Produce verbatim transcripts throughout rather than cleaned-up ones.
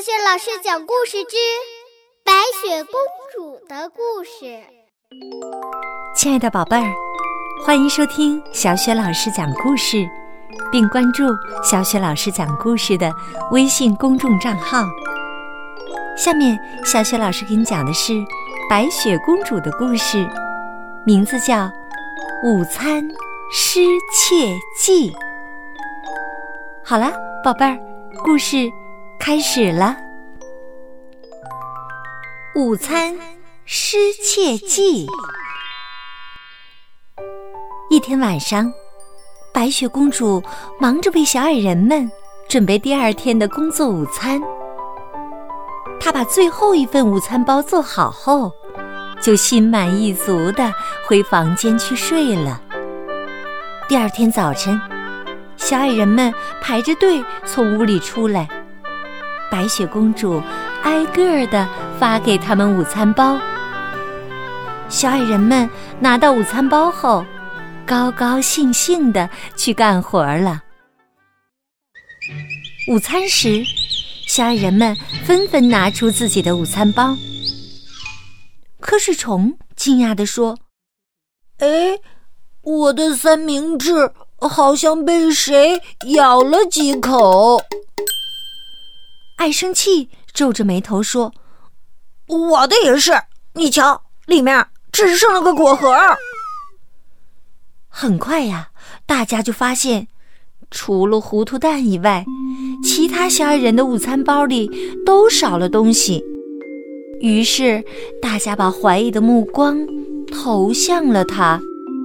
雪老师讲故事之白雪公主的故事。 亲爱的宝贝儿，欢迎收听小雪老师讲故事，并关注小雪老师讲故事的微信公众账号。下面小雪老师给你讲的是白雪公主的故事，名字叫《午餐失窃记》。好了，宝贝儿，故事开始了。午餐失窃记。一天晚上，白雪公主忙着为小矮人们准备第二天的工作午餐。她把最后一份午餐包做好后，就心满意足地回房间去睡了。第二天早晨，小矮人们排着队从屋里出来，白雪公主挨个地发给他们午餐包。小矮人们拿到午餐包后，高高兴兴地去干活了。午餐时，小矮人们纷纷拿出自己的午餐包。瞌睡虫惊讶地说：“ 哎，我的三明治好像被谁咬了几口。” 爱生气皱着眉头说：“ 我的也是，你瞧，里面只剩了个果核。” 很快呀，大家就发现，除了糊涂蛋以外，其他小矮人的午餐包里都少了东西。于是，大家把怀疑的目光投向了他。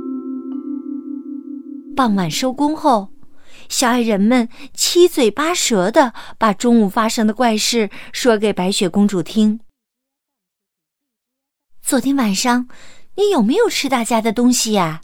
傍晚收工后，小矮人们七嘴八舌地把中午发生的怪事说给白雪公主听。昨天晚上，你有没有吃大家的东西呀？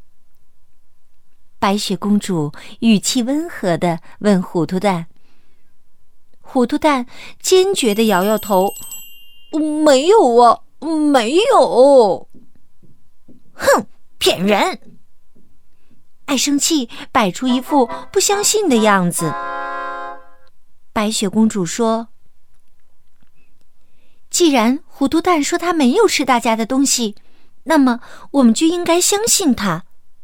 白雪公主语气温和地问糊涂蛋。糊涂蛋坚决地摇摇头：“ 没有啊，没有。” 哼，骗人！爱生气摆出一副不相信的样子。白雪公主说：“既然糊涂蛋说他没有吃大家的东西，那么我们就应该相信他。”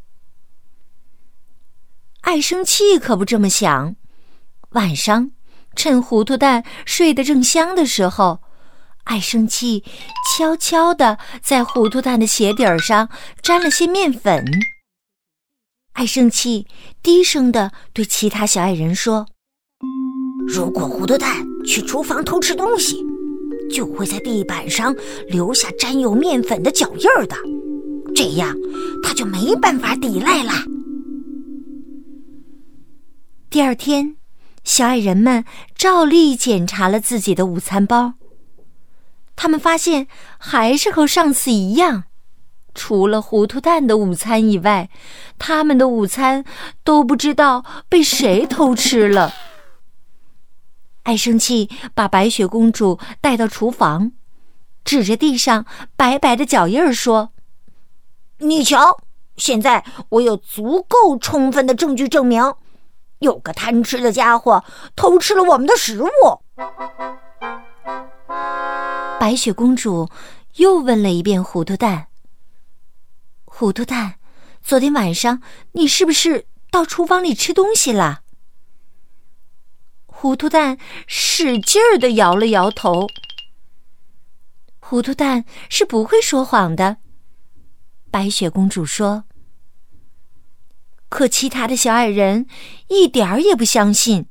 爱生气可不这么想。晚上，趁糊涂蛋睡得正香的时候，爱生气悄悄地在糊涂蛋的鞋底儿上沾了些面粉。爱生气低声地对其他小矮人说：“ 如果糊涂蛋去厨房偷吃东西，就会在地板上留下沾有面粉的脚印儿的，这样他就没办法抵赖啦。” 第二天，小矮人们照例检查了自己的午餐包。他们发现还是和上次一样，除了糊涂蛋的午餐以外，他们的午餐都不知道被谁偷吃了。爱生气把白雪公主带到厨房，指着地上白白的脚印儿说：“ 你瞧，现在我有足够充分的证据证明，有个贪吃的家伙偷吃了我们的食物。” 白雪公主又问了一遍糊涂蛋：“糊涂蛋，昨天晚上你是不是到厨房里吃东西了？”糊涂蛋使劲儿地摇了摇头。糊涂蛋是不会说谎的，白雪公主说。可其他的小矮人一点儿也不相信。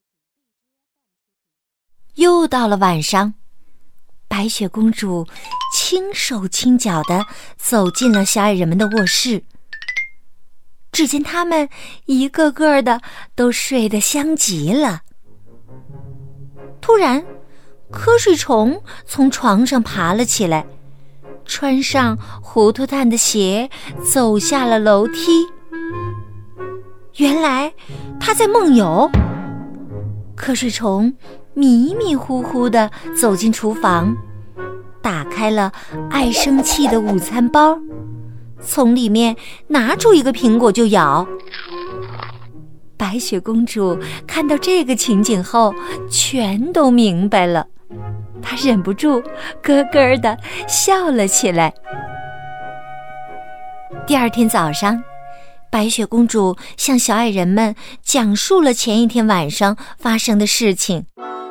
又到了晚上，白雪公主轻手轻脚地走进了小矮人们的卧室。只见他们一个个的都睡得香极了。突然，瞌睡虫从床上爬了起来，穿上糊涂蛋的鞋，走下了楼梯。原来他在梦游。瞌睡虫迷迷糊糊地走进厨房，打开了爱生气的午餐包，从里面拿出一个苹果就咬。 白雪公主看到这个情景后，全都明白了，她忍不住咯咯地笑了起来。第二天早上，白雪公主向小矮人们讲述了前一天晚上发生的事情。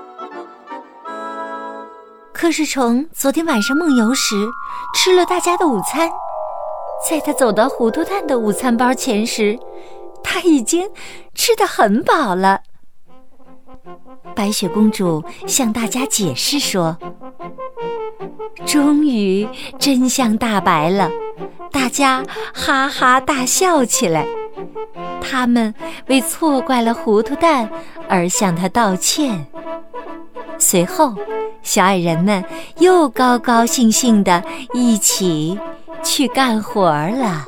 柯氏虫昨天晚上梦游时吃了大家的午餐，在他走到糊涂蛋的午餐包前时，他已经吃得很饱了。白雪公主向大家解释说，终于真相大白了，大家哈哈大笑起来。他们为错怪了糊涂蛋而向他道歉。随后小矮人们又高高兴兴地一起去干活了。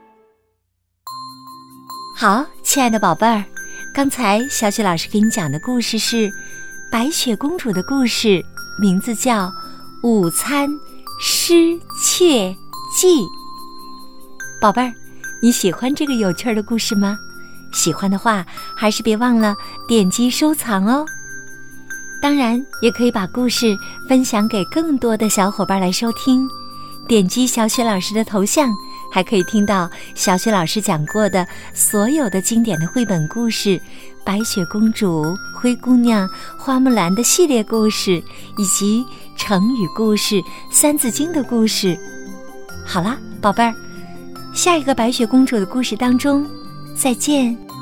好，亲爱的宝贝儿，刚才小雪老师给你讲的故事是白雪公主的故事，名字叫《午餐失窃记》。宝贝儿，你喜欢这个有趣的故事吗？喜欢的话，还是别忘了点击收藏哦。当然，也可以把故事分享给更多的小伙伴来收听。点击小雪老师的头像，还可以听到小雪老师讲过的所有的经典的绘本故事，白雪公主、灰姑娘、花木兰的系列故事，以及成语故事、三字经的故事。好啦，宝贝儿，下一个白雪公主的故事当中再见。